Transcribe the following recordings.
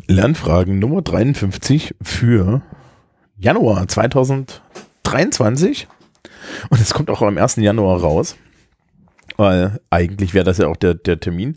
Lernfragen Nummer 53 für Januar 2023. Und es kommt auch am 1. Januar raus, weil eigentlich wäre das ja auch der Termin.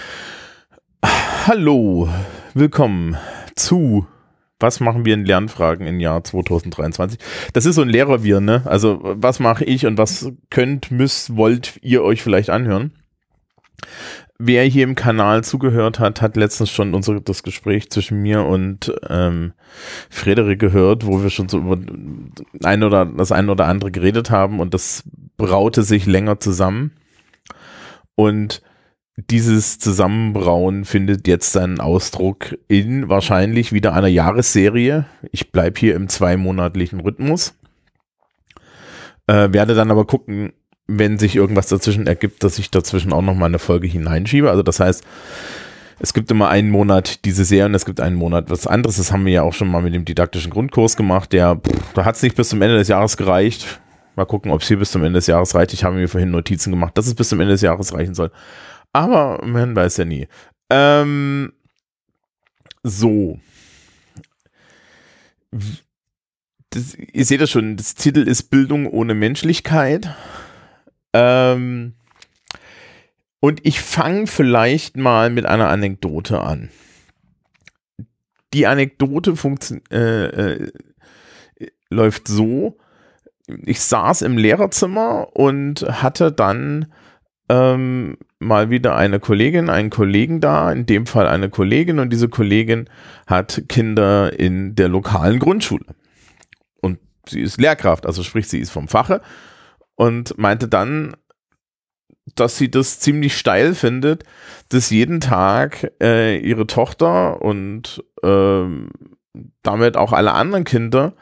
Hallo, willkommen zu Was machen wir in Lernfragen im Jahr 2023? Das ist so ein Lehrerwirr, ne? Also was mache ich und was wollt ihr euch vielleicht anhören? Wer hier im Kanal zugehört hat, hat letztens schon das Gespräch zwischen mir und Frederik gehört, wo wir schon so über das ein oder andere geredet haben, und das braute sich länger zusammen. Und dieses Zusammenbrauen findet jetzt seinen Ausdruck in wahrscheinlich wieder einer Jahresserie. Ich bleibe hier im 2-monatlichen Rhythmus. Werde dann aber gucken, wenn sich irgendwas dazwischen ergibt, dass ich dazwischen auch nochmal eine Folge hineinschiebe. Also das heißt, es gibt immer einen Monat diese Serie und es gibt einen Monat was anderes. Das haben wir ja auch schon mal mit dem didaktischen Grundkurs gemacht. Da hat es nicht bis zum Ende des Jahres gereicht. Mal gucken, ob es hier bis zum Ende des Jahres reicht. Ich habe mir vorhin Notizen gemacht, dass es bis zum Ende des Jahres reichen soll. Aber man weiß ja nie. So. Ihr seht das schon, das Titel ist Bildung ohne Menschlichkeit. Und ich fange vielleicht mal mit einer Anekdote an. Die Anekdote läuft so: Ich saß im Lehrerzimmer und hatte dann mal wieder eine Kollegin, einen Kollegen da, in dem Fall eine Kollegin, und diese Kollegin hat Kinder in der lokalen Grundschule. Und sie ist Lehrkraft, also sprich, sie ist vom Fache, und meinte dann, dass sie das ziemlich steil findet, dass jeden Tag ihre Tochter und damit auch alle anderen Kinder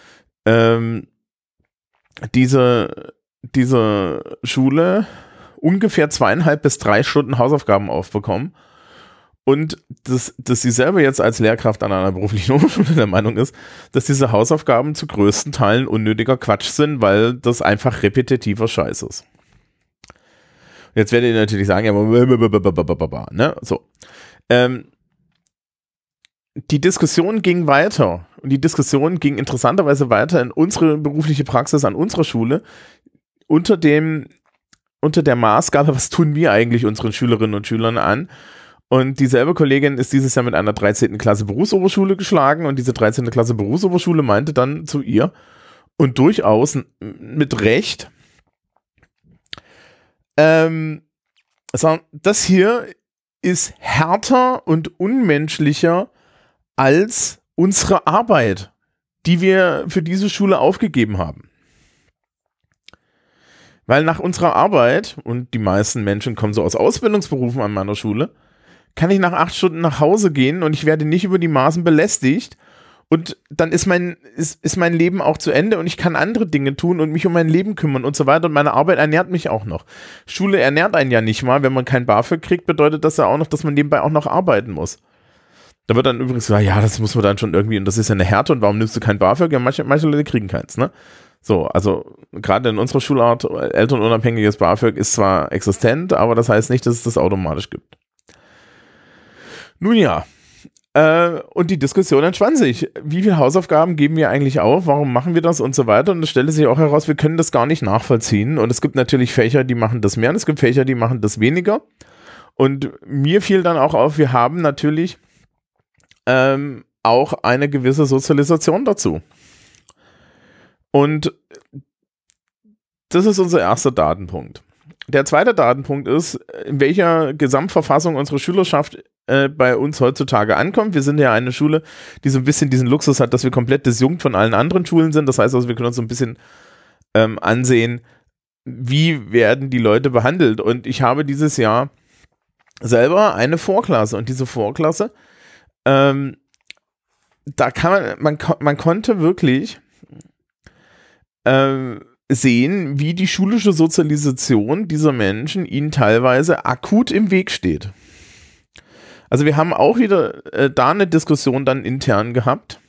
diese Schule ungefähr 2,5 bis 3 Stunden Hausaufgaben aufbekommen, und dass sie selber jetzt als Lehrkraft an einer beruflichen Hochschule der Meinung ist, dass diese Hausaufgaben zu größten Teilen unnötiger Quatsch sind, weil das einfach repetitiver Scheiß ist. Jetzt werdet ihr natürlich sagen, ja, ne? So. Die Diskussion ging weiter, und die Diskussion ging interessanterweise weiter in unsere berufliche Praxis an unserer Schule unter der Maßgabe, was tun wir eigentlich unseren Schülerinnen und Schülern an? Und dieselbe Kollegin ist dieses Jahr mit einer 13. Klasse Berufsoberschule geschlagen, und diese 13. Klasse Berufsoberschule meinte dann zu ihr, und durchaus mit Recht, das hier ist härter und unmenschlicher als unsere Arbeit, die wir für diese Schule aufgegeben haben. Weil nach unserer Arbeit, und die meisten Menschen kommen so aus Ausbildungsberufen an meiner Schule, kann ich nach 8 Stunden nach Hause gehen und ich werde nicht über die Maßen belästigt, und dann ist mein Leben auch zu Ende und ich kann andere Dinge tun und mich um mein Leben kümmern und so weiter, und meine Arbeit ernährt mich auch noch. Schule ernährt einen ja nicht mal. Wenn man kein BAföG kriegt, bedeutet das ja auch noch, dass man nebenbei auch noch arbeiten muss. Da wird dann übrigens gesagt, ja, das muss man dann schon irgendwie, und das ist ja eine Härte, und warum nimmst du kein BAföG? Ja, manche Leute kriegen keins, ne? So, also gerade in unserer Schulart, elternunabhängiges BAföG ist zwar existent, aber das heißt nicht, dass es das automatisch gibt. Nun ja, und die Diskussion entspann sich. Wie viele Hausaufgaben geben wir eigentlich auf? Warum machen wir das und so weiter? Und es stellte sich auch heraus, wir können das gar nicht nachvollziehen. Und es gibt natürlich Fächer, die machen das mehr, und es gibt Fächer, die machen das weniger. Und mir fiel dann auch auf, wir haben natürlich auch eine gewisse Sozialisation dazu. Und das ist unser erster Datenpunkt. Der zweite Datenpunkt ist, in welcher Gesamtverfassung unsere Schülerschaft bei uns heutzutage ankommt. Wir sind ja eine Schule, die so ein bisschen diesen Luxus hat, dass wir komplett disjunkt von allen anderen Schulen sind. Das heißt also, wir können uns so ein bisschen ansehen, wie werden die Leute behandelt. Und ich habe dieses Jahr selber eine Vorklasse, und diese Vorklasse, da kann man konnte wirklich sehen, wie die schulische Sozialisation dieser Menschen ihnen teilweise akut im Weg steht. Also wir haben auch wieder da eine Diskussion dann intern gehabt,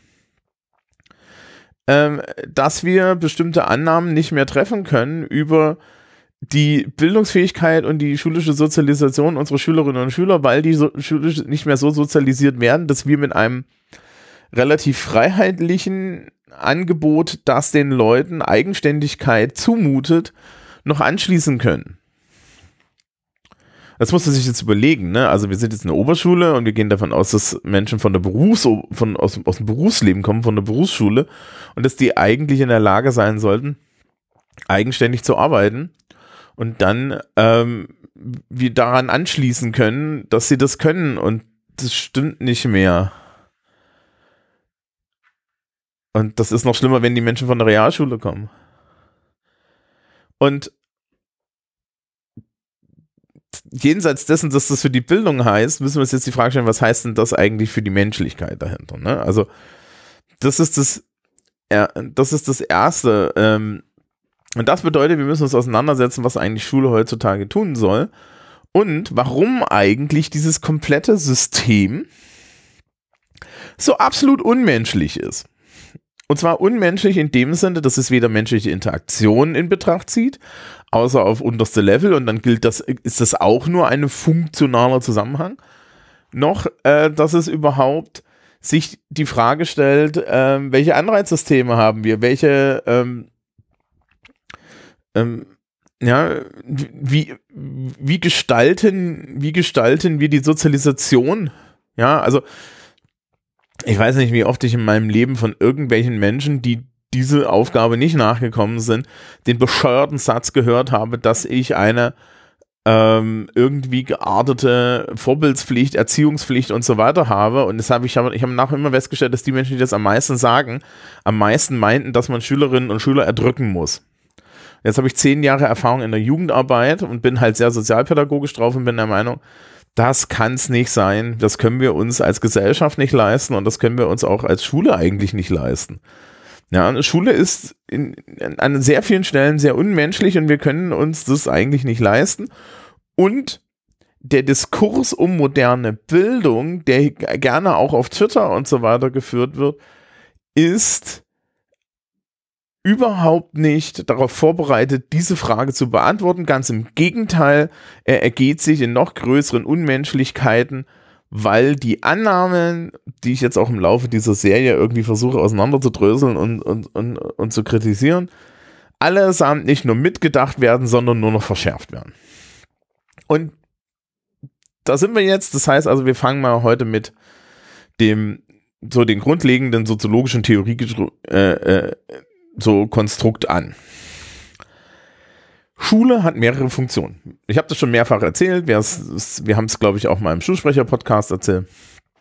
dass wir bestimmte Annahmen nicht mehr treffen können über die Bildungsfähigkeit und die schulische Sozialisation unserer Schülerinnen und Schüler, weil die schulisch nicht mehr so sozialisiert werden, dass wir mit einem relativ freiheitlichen Angebot, das den Leuten Eigenständigkeit zumutet, noch anschließen können. Das muss man sich jetzt überlegen, ne? Also wir sind jetzt in der Oberschule und wir gehen davon aus, dass Menschen von der aus dem Berufsleben kommen, von der Berufsschule, und dass die eigentlich in der Lage sein sollten, eigenständig zu arbeiten und dann wir daran anschließen können, dass sie das können, und das stimmt nicht mehr. Und das ist noch schlimmer, wenn die Menschen von der Realschule kommen. Und jenseits dessen, dass das für die Bildung heißt, müssen wir uns jetzt die Frage stellen, was heißt denn das eigentlich für die Menschlichkeit dahinter? Ne? Also das ist das Erste. Und das bedeutet, wir müssen uns auseinandersetzen, was eigentlich Schule heutzutage tun soll und warum eigentlich dieses komplette System so absolut unmenschlich ist. Und zwar unmenschlich in dem Sinne, dass es weder menschliche Interaktionen in Betracht zieht, außer auf unterste Level, und dann ist das auch nur ein funktionaler Zusammenhang, noch, dass es überhaupt sich die Frage stellt, welche Anreizsysteme haben wir, welche wie gestalten wir die Sozialisation? Ja, also ich weiß nicht, wie oft ich in meinem Leben von irgendwelchen Menschen, die diese Aufgabe nicht nachgekommen sind, den bescheuerten Satz gehört habe, dass ich eine irgendwie geartete Vorbildspflicht, Erziehungspflicht und so weiter habe. Und ich habe nachher immer festgestellt, dass die Menschen, die das am meisten sagen, am meisten meinten, dass man Schülerinnen und Schüler erdrücken muss. Jetzt habe ich 10 Jahre Erfahrung in der Jugendarbeit und bin halt sehr sozialpädagogisch drauf und bin der Meinung, das kann es nicht sein. Das können wir uns als Gesellschaft nicht leisten und das können wir uns auch als Schule eigentlich nicht leisten. Ja, eine Schule ist an sehr vielen Stellen sehr unmenschlich und wir können uns das eigentlich nicht leisten. Und der Diskurs um moderne Bildung, der gerne auch auf Twitter und so weiter geführt wird, ist überhaupt nicht darauf vorbereitet, diese Frage zu beantworten. Ganz im Gegenteil, er ergeht sich in noch größeren Unmenschlichkeiten, weil die Annahmen, die ich jetzt auch im Laufe dieser Serie irgendwie versuche auseinanderzudröseln und zu kritisieren, allesamt nicht nur mitgedacht werden, sondern nur noch verschärft werden. Und da sind wir jetzt, das heißt also, wir fangen mal heute mit den grundlegenden soziologischen Theorie Konstrukt an. Schule hat mehrere Funktionen. Ich habe das schon mehrfach erzählt. Wir haben es, glaube ich, auch mal im Schulsprecher-Podcast erzählt.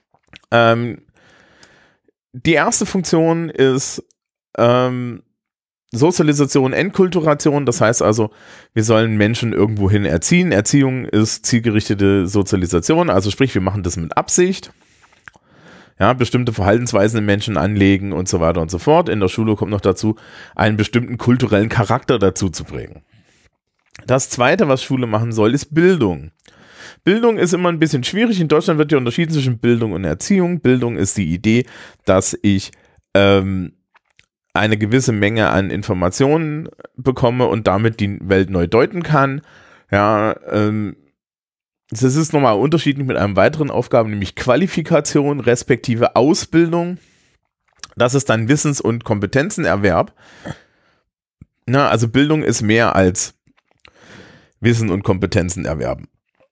Die erste Funktion ist Sozialisation, Enkulturation. Das heißt also, wir sollen Menschen irgendwohin erziehen. Erziehung ist zielgerichtete Sozialisation. Also sprich, wir machen das mit Absicht. Ja, bestimmte Verhaltensweisen in Menschen anlegen und so weiter und so fort. In der Schule kommt noch dazu, einen bestimmten kulturellen Charakter dazu zu prägen. Das Zweite, was Schule machen soll, ist Bildung. Bildung ist immer ein bisschen schwierig. In Deutschland wird ja unterschieden zwischen Bildung und Erziehung. Bildung ist die Idee, dass ich eine gewisse Menge an Informationen bekomme und damit die Welt neu deuten kann. Ja, das ist nochmal unterschiedlich mit einem weiteren Aufgaben, nämlich Qualifikation respektive Ausbildung. Das ist dann Wissens- und Kompetenzenerwerb. Na, also Bildung ist mehr als Wissen und Kompetenzen erwerben.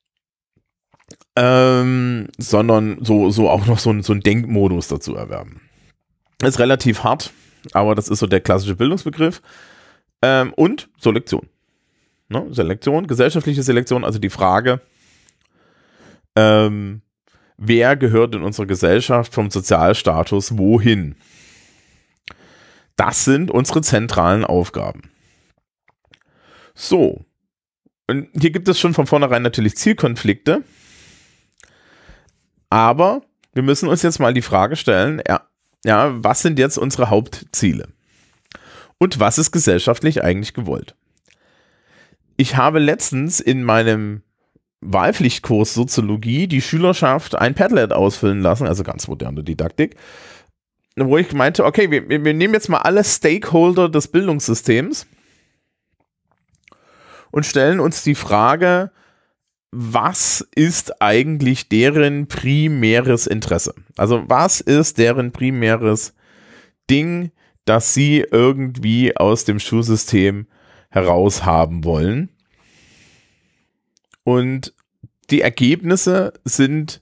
Sondern so auch noch so ein Denkmodus dazu erwerben. Ist relativ hart, aber das ist so der klassische Bildungsbegriff. Und Selektion. Ne? Selektion, gesellschaftliche Selektion, also die Frage, wer gehört in unserer Gesellschaft vom Sozialstatus wohin? Das sind unsere zentralen Aufgaben. So. Und hier gibt es schon von vornherein natürlich Zielkonflikte. Aber wir müssen uns jetzt mal die Frage stellen, was sind jetzt unsere Hauptziele? Und was ist gesellschaftlich eigentlich gewollt? Ich habe letztens in meinem Wahlpflichtkurs Soziologie die Schülerschaft ein Padlet ausfüllen lassen, also ganz moderne Didaktik, wo ich meinte, okay, wir nehmen jetzt mal alle Stakeholder des Bildungssystems und stellen uns die Frage, was ist eigentlich deren primäres Interesse? Also was ist deren primäres Ding, das sie irgendwie aus dem Schulsystem heraus haben wollen? Und die Ergebnisse sind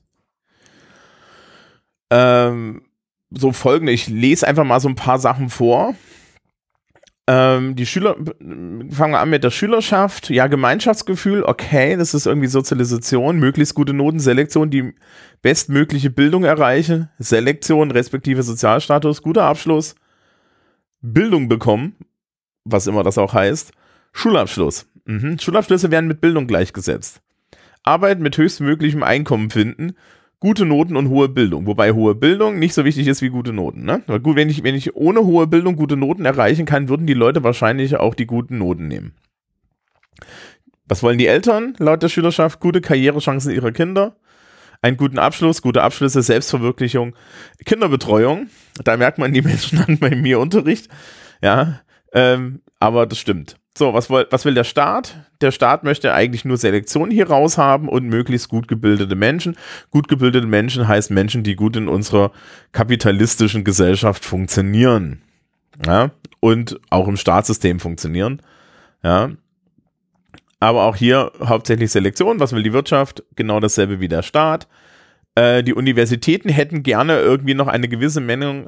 so folgende. Ich lese einfach mal so ein paar Sachen vor. Die Schüler, fangen wir an mit der Schülerschaft. Ja, Gemeinschaftsgefühl, okay, das ist irgendwie Sozialisation, möglichst gute Noten, Selektion, die bestmögliche Bildung erreichen, Selektion, respektive Sozialstatus, guter Abschluss, Bildung bekommen, was immer das auch heißt, Schulabschluss. Schulabschlüsse werden mit Bildung gleichgesetzt. Arbeit mit höchstmöglichem Einkommen finden, gute Noten und hohe Bildung. Wobei hohe Bildung nicht so wichtig ist wie gute Noten. Ne? Weil gut, wenn ich ohne hohe Bildung gute Noten erreichen kann, würden die Leute wahrscheinlich auch die guten Noten nehmen. Was wollen die Eltern laut der Schülerschaft? Gute Karrierechancen ihrer Kinder, einen guten Abschluss, gute Abschlüsse, Selbstverwirklichung, Kinderbetreuung. Da merkt man, die Menschen hatten bei mir Unterricht. Ja, aber das stimmt. So, was will der Staat? Der Staat möchte eigentlich nur Selektion hier raus haben und möglichst gut gebildete Menschen. Gut gebildete Menschen heißt Menschen, die gut in unserer kapitalistischen Gesellschaft funktionieren. Ja, und auch im Staatssystem funktionieren. Ja. Aber auch hier hauptsächlich Selektion. Was will die Wirtschaft? Genau dasselbe wie der Staat. Die Universitäten hätten gerne irgendwie noch eine gewisse Menge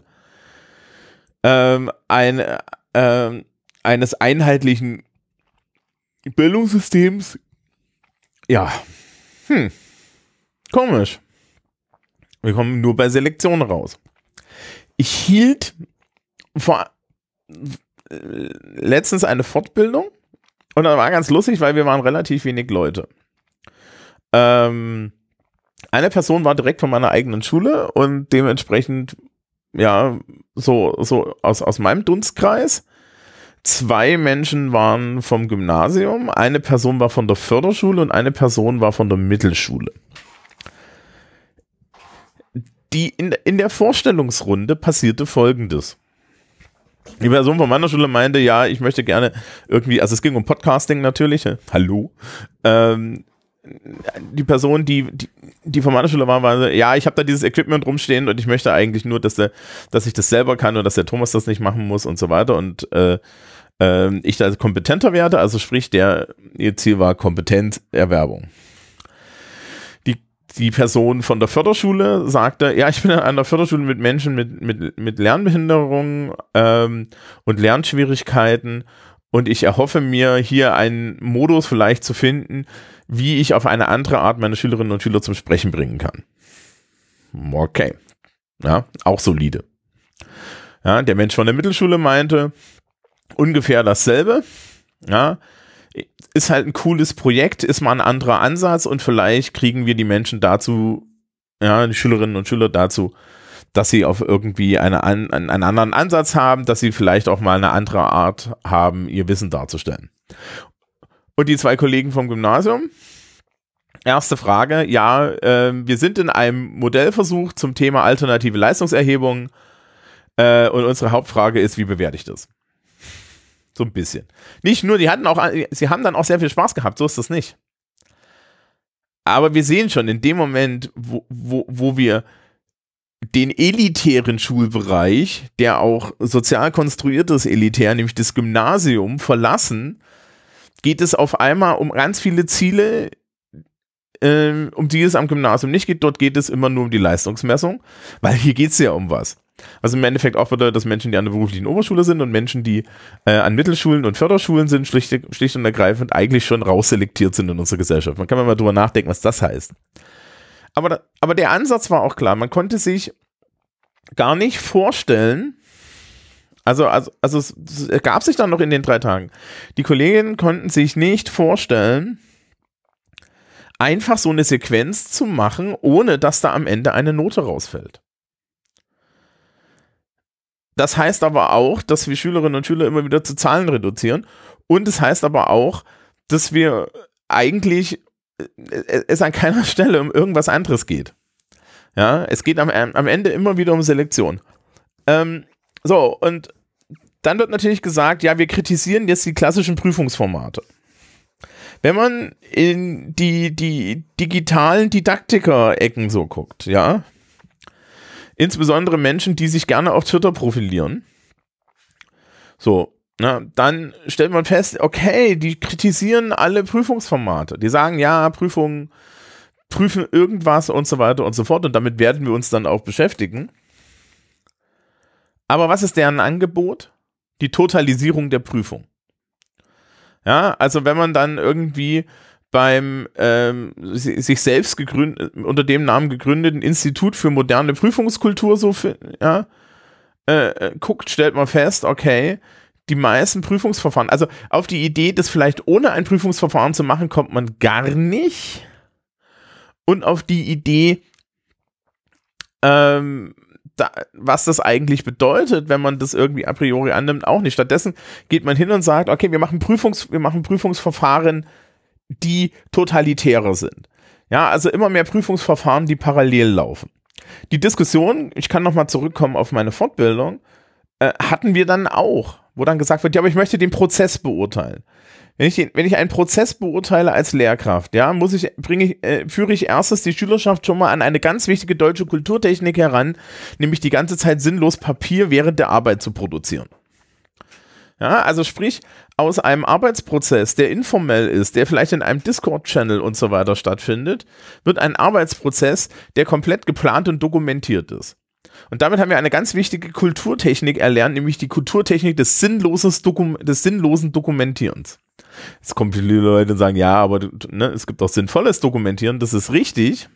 eines einheitlichen Bildungssystems. Ja, komisch. Wir kommen nur bei Selektion raus. Ich hielt letztens eine Fortbildung und das war ganz lustig, weil wir waren relativ wenig Leute. Eine Person war direkt von meiner eigenen Schule und dementsprechend, ja, so aus meinem Dunstkreis. 2 Menschen waren vom Gymnasium, eine Person war von der Förderschule und eine Person war von der Mittelschule. In der Vorstellungsrunde passierte Folgendes. Die Person von meiner Schule meinte, ja, ich möchte gerne irgendwie, also es ging um Podcasting natürlich, hallo. Die Person, die von meiner Schule war, ja, ich habe da dieses Equipment rumstehen und ich möchte eigentlich nur, dass ich das selber kann und dass der Thomas das nicht machen muss und so weiter und ich da kompetenter werde, also sprich, ihr Ziel war Kompetenzerwerbung. Die Person von der Förderschule sagte, ja, ich bin an einer Förderschule mit Menschen mit Lernbehinderungen und Lernschwierigkeiten und ich erhoffe mir hier einen Modus vielleicht zu finden, wie ich auf eine andere Art meine Schülerinnen und Schüler zum Sprechen bringen kann. Okay. Ja, auch solide. Ja, der Mensch von der Mittelschule meinte, ungefähr dasselbe. Ja, ist halt ein cooles Projekt, ist mal ein anderer Ansatz und vielleicht kriegen wir die Menschen dazu, ja, die Schülerinnen und Schüler dazu, dass sie auf irgendwie einen anderen Ansatz haben, dass sie vielleicht auch mal eine andere Art haben, ihr Wissen darzustellen. Und die 2 Kollegen vom Gymnasium, erste Frage, ja, wir sind in einem Modellversuch zum Thema alternative Leistungserhebung und unsere Hauptfrage ist, wie bewerte ich das? So ein bisschen. Nicht nur, sie haben dann auch sehr viel Spaß gehabt, so ist das nicht. Aber wir sehen schon, in dem Moment, wo wir den elitären Schulbereich, der auch sozial konstruiert ist, elitär, nämlich das Gymnasium, verlassen, geht es auf einmal um ganz viele Ziele, um die es am Gymnasium nicht geht. Dort geht es immer nur um die Leistungsmessung, weil hier geht es ja um was. Was im Endeffekt auch bedeutet, dass Menschen, die an der beruflichen Oberschule sind und Menschen, die an Mittelschulen und Förderschulen sind, schlicht und ergreifend eigentlich schon rausselektiert sind in unserer Gesellschaft. Man kann mal drüber nachdenken, was das heißt. Aber der Ansatz war auch klar. Man konnte sich gar nicht vorstellen, also es ergab sich dann noch in den 3 Tagen. Die Kolleginnen konnten sich nicht vorstellen, einfach so eine Sequenz zu machen, ohne dass da am Ende eine Note rausfällt. Das heißt aber auch, dass wir Schülerinnen und Schüler immer wieder zu Zahlen reduzieren. Und es heißt aber auch, dass wir eigentlich es an keiner Stelle um irgendwas anderes geht. Ja, es geht am Ende immer wieder um Selektion. So, und dann wird natürlich gesagt, ja, wir kritisieren jetzt die klassischen Prüfungsformate. wenn man in die digitalen Didaktiker-Ecken so guckt, ja, insbesondere Menschen, die sich gerne auf Twitter profilieren, so, na, dann stellt man fest, okay, die kritisieren alle Prüfungsformate. Die sagen, ja, prüfen irgendwas und so weiter und so fort und damit werden wir uns dann auch beschäftigen. Aber was ist deren Angebot? Die Totalisierung der Prüfung. Ja, also wenn man dann irgendwie beim sich selbst unter dem Namen gegründeten Institut für moderne Prüfungskultur guckt, stellt man fest, okay, die meisten Prüfungsverfahren, also auf die Idee, das vielleicht ohne ein Prüfungsverfahren zu machen, kommt man gar nicht. Und auf die Idee, was das eigentlich bedeutet, wenn man das irgendwie a priori annimmt, auch nicht. Stattdessen geht man hin und sagt, okay, wir machen Prüfungsverfahren, die totalitärer sind. Ja, also immer mehr Prüfungsverfahren, die parallel laufen. Die Diskussion, ich kann nochmal zurückkommen auf meine Fortbildung, hatten wir dann auch, wo dann gesagt wird, ja, aber ich möchte den Prozess beurteilen. Wenn ich einen Prozess beurteile als Lehrkraft, ja, führe ich erstens die Schülerschaft schon mal an eine ganz wichtige deutsche Kulturtechnik heran, nämlich die ganze Zeit sinnlos Papier während der Arbeit zu produzieren. Ja, also sprich, aus einem Arbeitsprozess, der informell ist, der vielleicht in einem Discord-Channel und so weiter stattfindet, wird ein Arbeitsprozess, der komplett geplant und dokumentiert ist. Und damit haben wir eine ganz wichtige Kulturtechnik erlernt, nämlich die Kulturtechnik des sinnlosen Dokumentierens. Jetzt kommen viele Leute und sagen, ja, aber es gibt auch sinnvolles Dokumentieren, das ist richtig.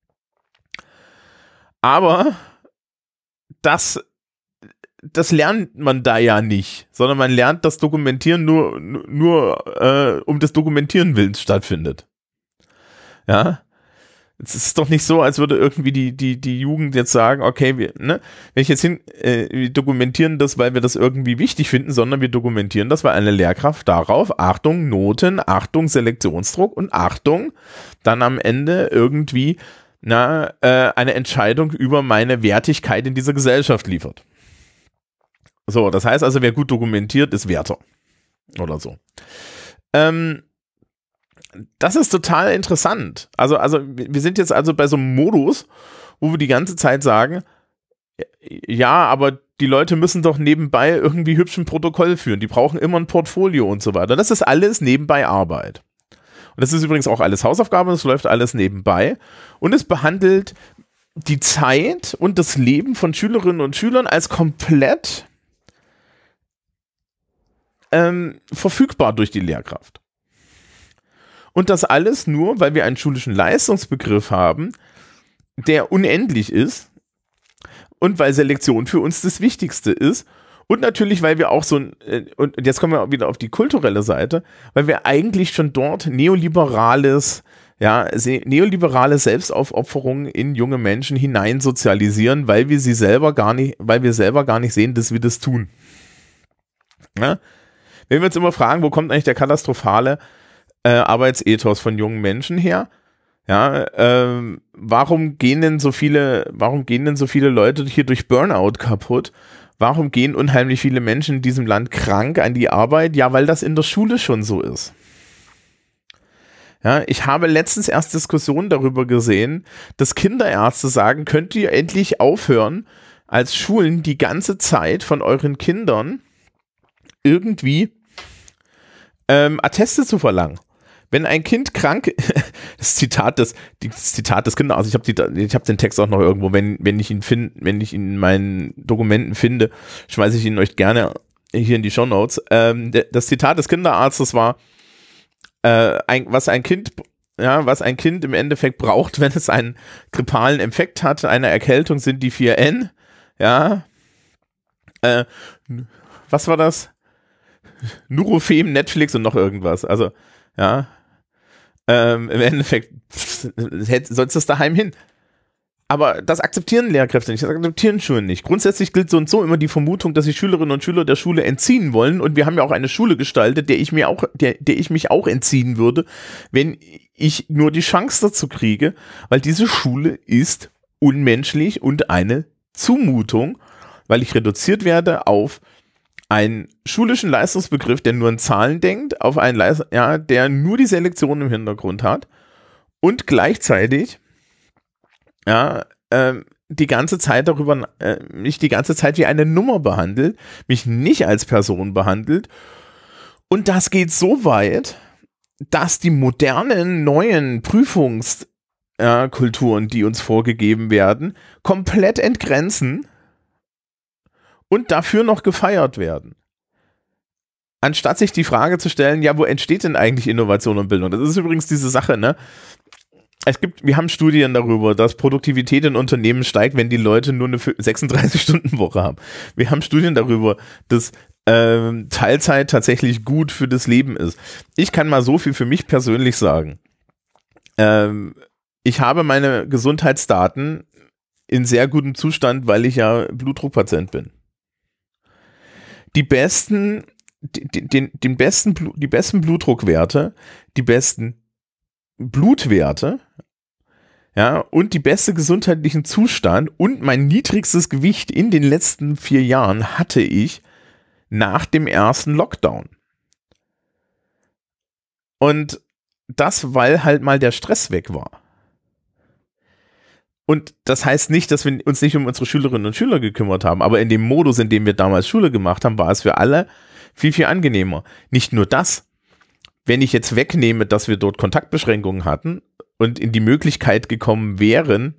Aber das lernt man da ja nicht, sondern man lernt, dass Dokumentieren nur um des Dokumentieren Willens stattfindet. Ja. Es ist doch nicht so, als würde irgendwie die Jugend jetzt sagen, okay, wenn ich jetzt wir dokumentieren das, weil wir das irgendwie wichtig finden, sondern wir dokumentieren das, weil eine Lehrkraft darauf, Achtung, Noten, Achtung, Selektionsdruck und Achtung, dann am Ende irgendwie eine Entscheidung über meine Wertigkeit in dieser Gesellschaft liefert. So, das heißt also, wer gut dokumentiert, ist Werter. Oder so. Das ist total interessant. Also wir sind jetzt also bei so einem Modus, wo wir die ganze Zeit sagen, ja, aber die Leute müssen doch nebenbei irgendwie hübsch ein Protokoll führen. Die brauchen immer ein Portfolio und so weiter. Das ist alles nebenbei Arbeit. Und das ist übrigens auch alles Hausaufgaben, das läuft alles nebenbei. Und es behandelt die Zeit und das Leben von Schülerinnen und Schülern als komplett verfügbar durch die Lehrkraft. Und das alles nur, weil wir einen schulischen Leistungsbegriff haben, der unendlich ist und weil Selektion für uns das Wichtigste ist und natürlich, weil wir auch und jetzt kommen wir wieder auf die kulturelle Seite, weil wir eigentlich schon dort neoliberale Selbstaufopferung in junge Menschen hineinsozialisieren, weil wir selber gar nicht sehen, dass wir das tun. Ja? Wenn wir uns immer fragen, wo kommt eigentlich der katastrophale Arbeitsethos von jungen Menschen her? Ja, warum gehen denn so viele Leute hier durch Burnout kaputt? Warum gehen unheimlich viele Menschen in diesem Land krank an die Arbeit? Ja, weil das in der Schule schon so ist. Ja, ich habe letztens erst Diskussionen darüber gesehen, dass Kinderärzte sagen, könnt ihr endlich aufhören, als Schulen die ganze Zeit von euren Kindern irgendwie Atteste zu verlangen. Wenn ein Kind krank, das Zitat des Kindes, also ich habe den Text auch noch irgendwo, wenn ich ihn in meinen Dokumenten finde, schmeiße ich ihn euch gerne hier in die Shownotes. Das Zitat des Kinderarztes war, was ein Kind im Endeffekt braucht, wenn es einen grippalen Infekt hat, eine Erkältung, sind die 4N. Ja. Was war das? Nurofen, Netflix und noch irgendwas. Also, ja. Im Endeffekt sollst du das daheim hin. Aber das akzeptieren Lehrkräfte nicht, das akzeptieren Schulen nicht. Grundsätzlich gilt so und so immer die Vermutung, dass sich Schülerinnen und Schüler der Schule entziehen wollen. Und wir haben ja auch eine Schule gestaltet, der ich mich auch entziehen würde, wenn ich nur die Chance dazu kriege. Weil diese Schule ist unmenschlich und eine Zumutung, weil ich reduziert werde auf einen schulischen Leistungsbegriff, der nur in Zahlen denkt, auf einen der nur die Selektion im Hintergrund hat und gleichzeitig die ganze Zeit mich die ganze Zeit wie eine Nummer behandelt, mich nicht als Person behandelt. Und das geht so weit, dass die modernen, neuen Prüfungskulturen, die uns vorgegeben werden, komplett entgrenzen und dafür noch gefeiert werden. Anstatt sich die Frage zu stellen, ja, wo entsteht denn eigentlich Innovation und Bildung? Das ist übrigens diese Sache, ne? Wir haben Studien darüber, dass Produktivität in Unternehmen steigt, wenn die Leute nur eine 36-Stunden-Woche haben. Wir haben Studien darüber, dass Teilzeit tatsächlich gut für das Leben ist. Ich kann mal so viel für mich persönlich sagen. Ich habe meine Gesundheitsdaten in sehr gutem Zustand, weil ich ja Blutdruckpatient bin. Die besten Blutdruckwerte, die besten Blutwerte, ja, und die beste gesundheitlichen Zustand und mein niedrigstes Gewicht in den letzten 4 Jahren hatte ich nach dem ersten Lockdown. Und das, weil halt mal der Stress weg war. Und das heißt nicht, dass wir uns nicht um unsere Schülerinnen und Schüler gekümmert haben, aber in dem Modus, in dem wir damals Schule gemacht haben, war es für alle viel, viel angenehmer. Nicht nur das. Wenn ich jetzt wegnehme, dass wir dort Kontaktbeschränkungen hatten und in die Möglichkeit gekommen wären,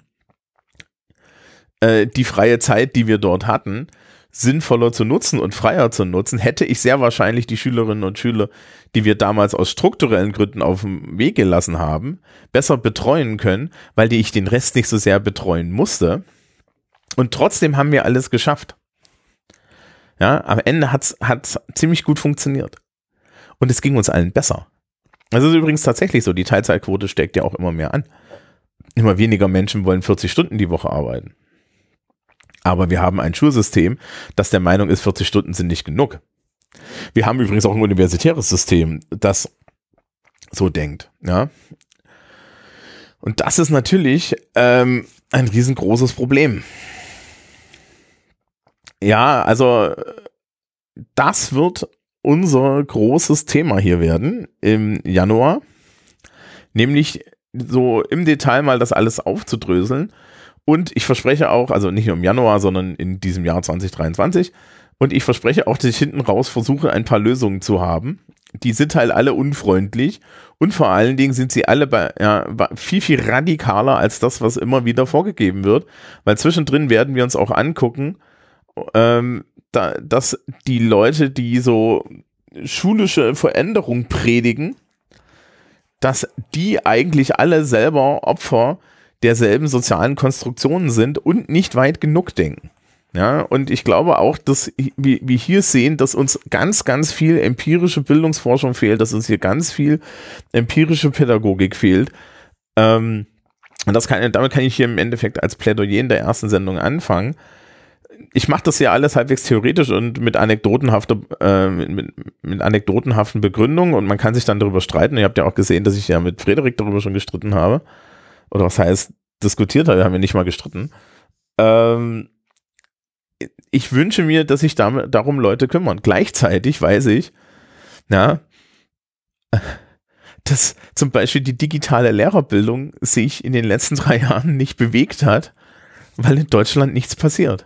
die freie Zeit, die wir dort hatten, sinnvoller zu nutzen und freier zu nutzen, hätte ich sehr wahrscheinlich die Schülerinnen und Schüler, die wir damals aus strukturellen Gründen auf dem Weg gelassen haben, besser betreuen können, weil ich den Rest nicht so sehr betreuen musste. Und trotzdem haben wir alles geschafft. Ja, am Ende hat's ziemlich gut funktioniert. Und es ging uns allen besser. Das ist übrigens tatsächlich so, die Teilzeitquote steckt ja auch immer mehr an. Immer weniger Menschen wollen 40 Stunden die Woche arbeiten. Aber wir haben ein Schulsystem, das der Meinung ist, 40 Stunden sind nicht genug. Wir haben übrigens auch ein universitäres System, das so denkt. Ja? Und das ist natürlich ein riesengroßes Problem. Ja, also das wird unser großes Thema hier werden im Januar, nämlich so im Detail mal das alles aufzudröseln. Und ich verspreche auch, also nicht nur im Januar, sondern in diesem Jahr 2023, und ich verspreche auch, dass ich hinten raus versuche, ein paar Lösungen zu haben. Die sind halt alle unfreundlich und vor allen Dingen sind sie alle viel, viel radikaler als das, was immer wieder vorgegeben wird, weil zwischendrin werden wir uns auch angucken, dass die Leute, die so schulische Veränderung predigen, dass die eigentlich alle selber Opfer derselben sozialen Konstruktionen sind und nicht weit genug denken. Ja, und ich glaube auch, dass wir hier sehen, dass uns ganz, ganz viel empirische Bildungsforschung fehlt, dass uns hier ganz viel empirische Pädagogik fehlt. Und damit kann ich hier im Endeffekt als Plädoyer in der ersten Sendung anfangen. Ich mache das ja alles halbwegs theoretisch und mit anekdotenhaften Begründungen und man kann sich dann darüber streiten. Ihr habt ja auch gesehen, dass ich ja mit Frederik darüber schon gestritten habe. Oder was heißt diskutiert habe, wir haben ja nicht mal gestritten. Ich wünsche mir, dass sich darum Leute kümmern. Gleichzeitig weiß ich, dass zum Beispiel die digitale Lehrerbildung sich in den letzten 3 Jahren nicht bewegt hat, weil in Deutschland nichts passiert.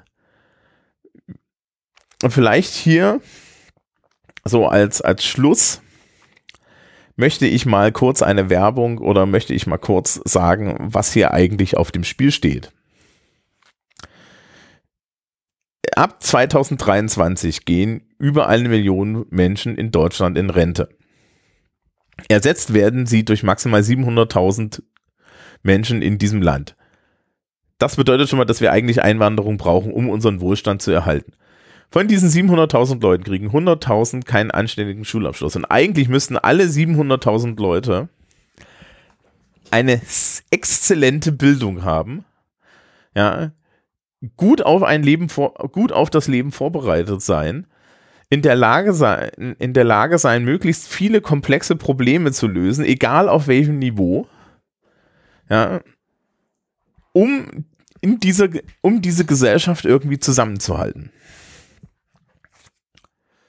Und vielleicht hier so als Schluss möchte ich mal kurz eine Werbung oder möchte ich mal kurz sagen, was hier eigentlich auf dem Spiel steht. Ab 2023 gehen über 1 Million Menschen in Deutschland in Rente. Ersetzt werden sie durch maximal 700.000 Menschen in diesem Land. Das bedeutet schon mal, dass wir eigentlich Einwanderung brauchen, um unseren Wohlstand zu erhalten. Von diesen 700.000 Leuten kriegen 100.000 keinen anständigen Schulabschluss. Und eigentlich müssten alle 700.000 Leute eine exzellente Bildung haben, ja, gut auf das Leben vorbereitet sein, in der Lage sein, möglichst viele komplexe Probleme zu lösen, egal auf welchem Niveau, ja, um diese Gesellschaft irgendwie zusammenzuhalten.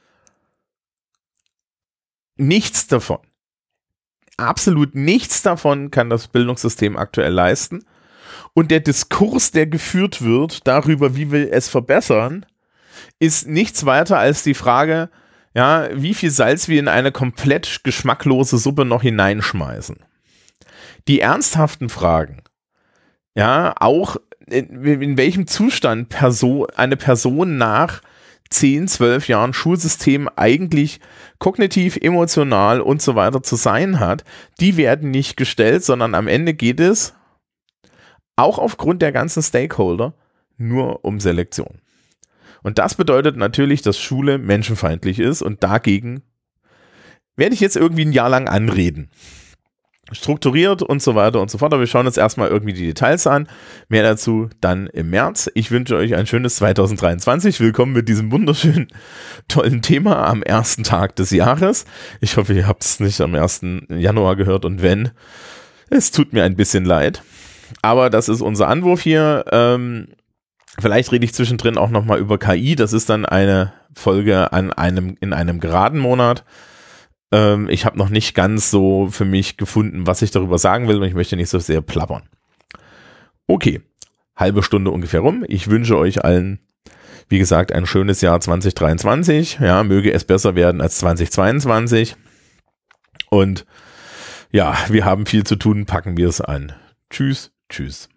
Nichts davon. Absolut nichts davon kann das Bildungssystem aktuell leisten. Und der Diskurs, der geführt wird darüber, wie wir es verbessern, ist nichts weiter als die Frage, ja, wie viel Salz wir in eine komplett geschmacklose Suppe noch hineinschmeißen. Die ernsthaften Fragen, ja, auch in welchem Zustand eine Person nach 10, 12 Jahren Schulsystem eigentlich kognitiv, emotional und so weiter zu sein hat, die werden nicht gestellt, sondern am Ende geht es, auch aufgrund der ganzen Stakeholder, nur um Selektion. Und das bedeutet natürlich, dass Schule menschenfeindlich ist und dagegen werde ich jetzt irgendwie ein Jahr lang anreden. Strukturiert und so weiter und so fort. Aber wir schauen uns erstmal irgendwie die Details an. Mehr dazu dann im März. Ich wünsche euch ein schönes 2023. Willkommen mit diesem wunderschönen, tollen Thema am ersten Tag des Jahres. Ich hoffe, ihr habt es nicht am 1. Januar gehört und wenn, es tut mir ein bisschen leid. Aber das ist unser Anwurf hier. Vielleicht rede ich zwischendrin auch nochmal über KI. Das ist dann eine Folge in einem geraden Monat. Ich habe noch nicht ganz so für mich gefunden, was ich darüber sagen will und ich möchte nicht so sehr plappern. Okay, halbe Stunde ungefähr rum. Ich wünsche euch allen, wie gesagt, ein schönes Jahr 2023. Ja, möge es besser werden als 2022. Und ja, wir haben viel zu tun, packen wir es an. Tschüss, tschüss.